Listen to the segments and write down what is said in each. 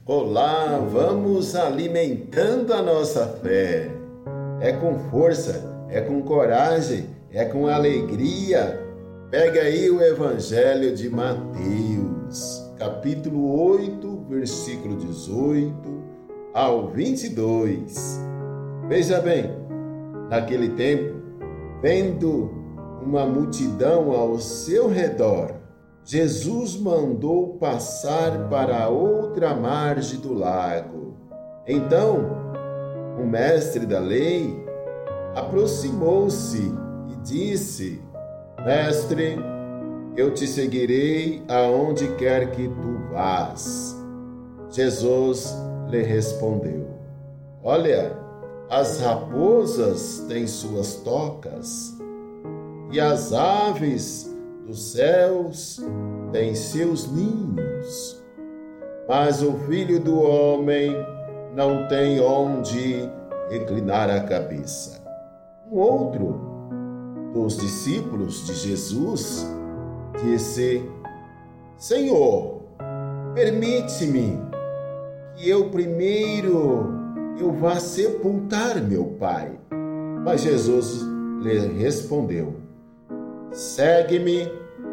Olá, vamos alimentando a nossa fé. É com força, é com coragem, é com alegria. Pega aí o Evangelho de Mateus, capítulo 8, versículo 18 ao 22. Veja bem, naquele tempo, vendo uma multidão ao seu redor, Jesus mandou passar para a outra margem do lago. Então, o mestre da lei aproximou-se e disse: Mestre, eu te seguirei aonde quer que tu vás. Jesus lhe respondeu: Olha, as raposas têm suas tocas e as aves dos céus têm seus ninhos, mas o Filho do Homem não tem onde reclinar a cabeça. Um outro dos discípulos de Jesus disse: Senhor, permite-me que eu vá sepultar meu pai. Mas Jesus lhe respondeu: Segue-me,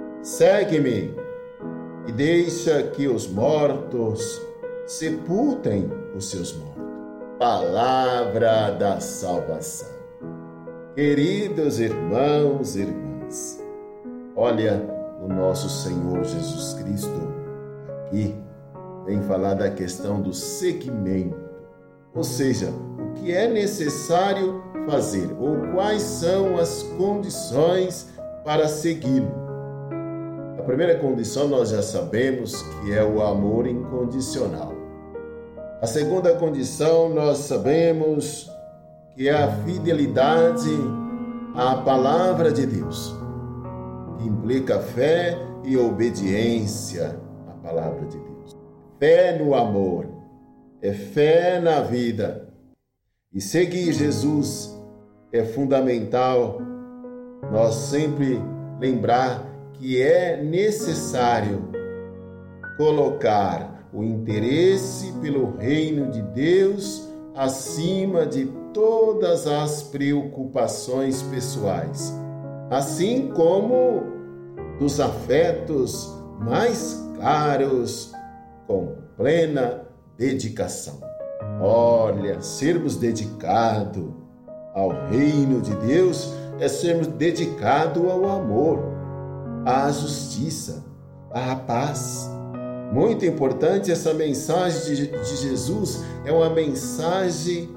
e deixa que os mortos sepultem os seus mortos. Palavra da salvação. Queridos irmãos e irmãs, olha, o nosso Senhor Jesus Cristo aqui vem falar da questão do seguimento, ou seja, o que é necessário fazer ou quais são as condições para segui-lo. A primeira condição nós já sabemos que é o amor incondicional. A segunda condição nós sabemos que é a fidelidade à palavra de Deus, que implica fé e obediência à palavra de Deus. Fé no amor, é fé na vida. E seguir Jesus é fundamental nós sempre lembrar que é necessário colocar o interesse pelo reino de Deus acima de todas as preocupações pessoais, assim como dos afetos mais caros, com plena dedicação. Olha, sermos dedicados ao reino de Deus é sermos dedicados ao amor, à justiça, à paz. Muito importante essa mensagem de Jesus, é uma mensagem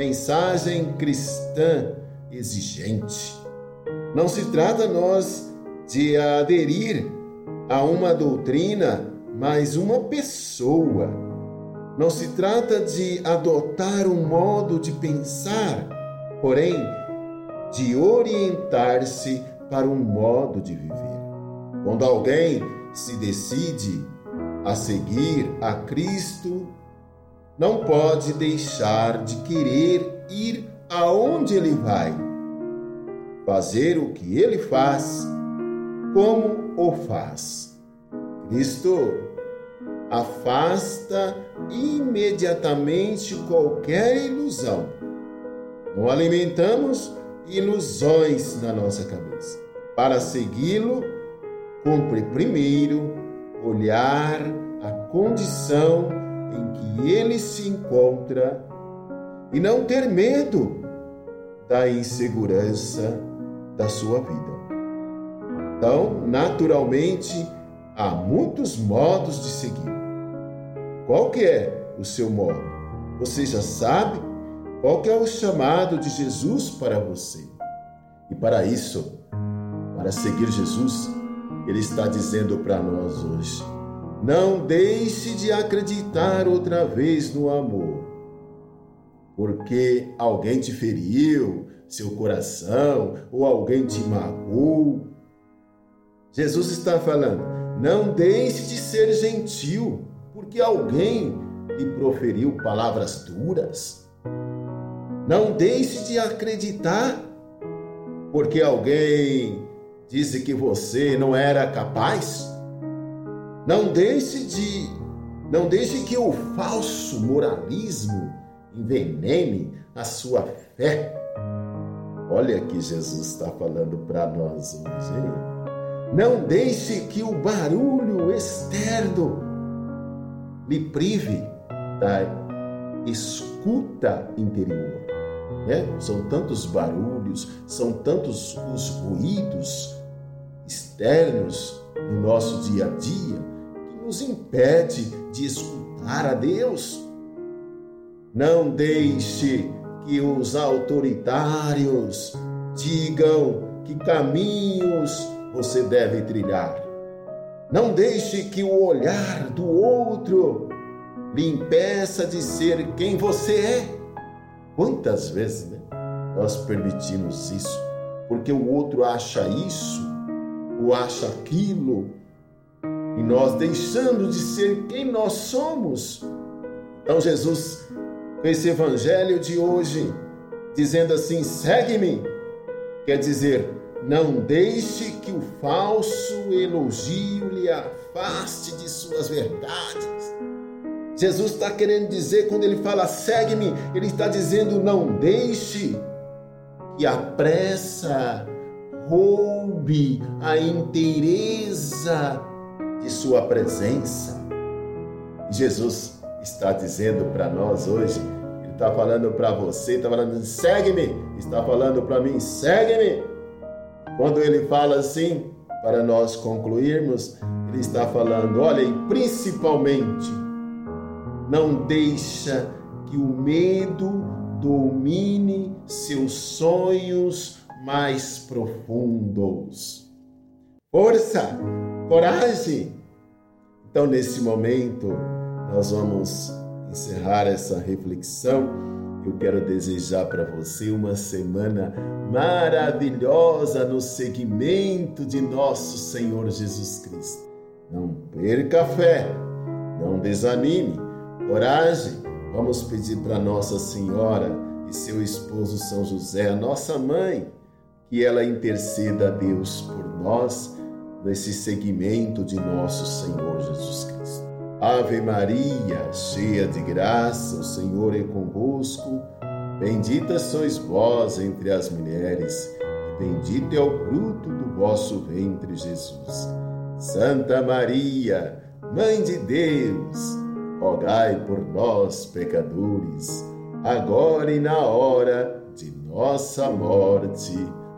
cristã exigente. Não se trata nós de aderir a uma doutrina, mas uma pessoa. Não se trata de adotar um modo de pensar, porém, de orientar-se para um modo de viver. Quando alguém se decide a seguir a Cristo, não pode deixar de querer ir aonde ele vai, fazer o que ele faz, como o faz. Cristo afasta imediatamente qualquer ilusão. Não alimentamos ilusões na nossa cabeça. Para segui-lo, cumpre primeiro olhar a condição em que ele se encontra e não ter medo da insegurança da sua vida. Então, naturalmente, há muitos modos de seguir. Qual que é o seu modo? Você já sabe qual que é o chamado de Jesus para você. E para isso, para seguir Jesus, Ele está dizendo para nós hoje: não deixe de acreditar outra vez no amor, porque alguém te feriu, seu coração, ou alguém te magoou. Jesus está falando: não deixe de ser gentil, porque alguém lhe proferiu palavras duras. Não deixe de acreditar, porque alguém disse que você não era capaz. Não deixe Não deixe que o falso moralismo envenene a sua fé. Olha que Jesus está falando para nós hoje, hein? Não deixe que o barulho externo lhe prive da escuta interior. São tantos barulhos, são tantos os ruídos externos no nosso dia a dia que nos impede de escutar a Deus. Não deixe que os autoritários digam que caminhos você deve trilhar. Não deixe que o olhar do outro lhe impeça de ser quem você é. Quantas vezes nós permitimos isso? Porque o outro acha isso ou acha aquilo e nós deixando de ser quem nós somos. Então Jesus, com esse evangelho de hoje, dizendo assim, segue-me, quer dizer, não deixe que o falso elogio lhe afaste de suas verdades. Jesus está querendo dizer, quando ele fala segue-me, ele está dizendo não deixe que a pressa roube a inteireza de sua presença. E Jesus está dizendo para nós hoje, ele está falando para você, está falando segue-me, está falando para mim, segue-me. Quando ele fala assim, para nós concluirmos, ele está falando, olha, e principalmente, não deixa que o medo domine seus sonhos mais profundos. Força, coragem. Então, nesse momento, nós vamos encerrar essa reflexão. Eu quero desejar para você uma semana maravilhosa no seguimento de nosso Senhor Jesus Cristo. Não perca a fé, não desanime, coragem. Vamos pedir para Nossa Senhora e seu esposo São José, a nossa mãe, que ela interceda a Deus por nós nesse seguimento de nosso Senhor Jesus Cristo. Ave Maria, cheia de graça, o Senhor é convosco. Bendita sois vós entre as mulheres, e bendito é o fruto do vosso ventre, Jesus. Santa Maria, Mãe de Deus, rogai por nós, pecadores, agora e na hora de nossa morte.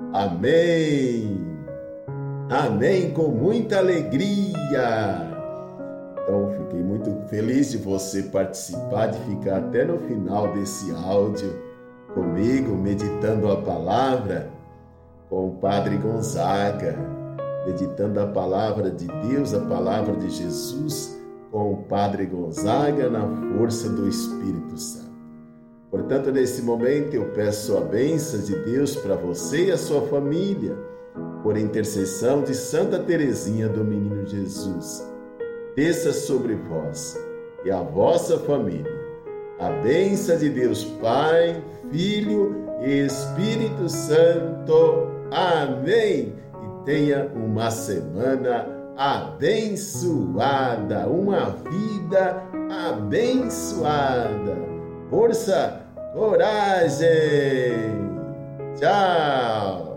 Amém. Amém, com muita alegria. Então, fiquei muito feliz de você participar, de ficar até no final desse áudio comigo, meditando a palavra com o Padre Gonzaga, meditando a palavra de Deus, a palavra de Jesus, com o Padre Gonzaga na força do Espírito Santo. Portanto, nesse momento eu peço a bênção de Deus para você e a sua família, por intercessão de Santa Teresinha do Menino Jesus. Desça sobre vós e a vossa família a bênção de Deus Pai, Filho e Espírito Santo. Amém. E tenha uma semana abençoada, uma vida abençoada. Força, coragem. Tchau.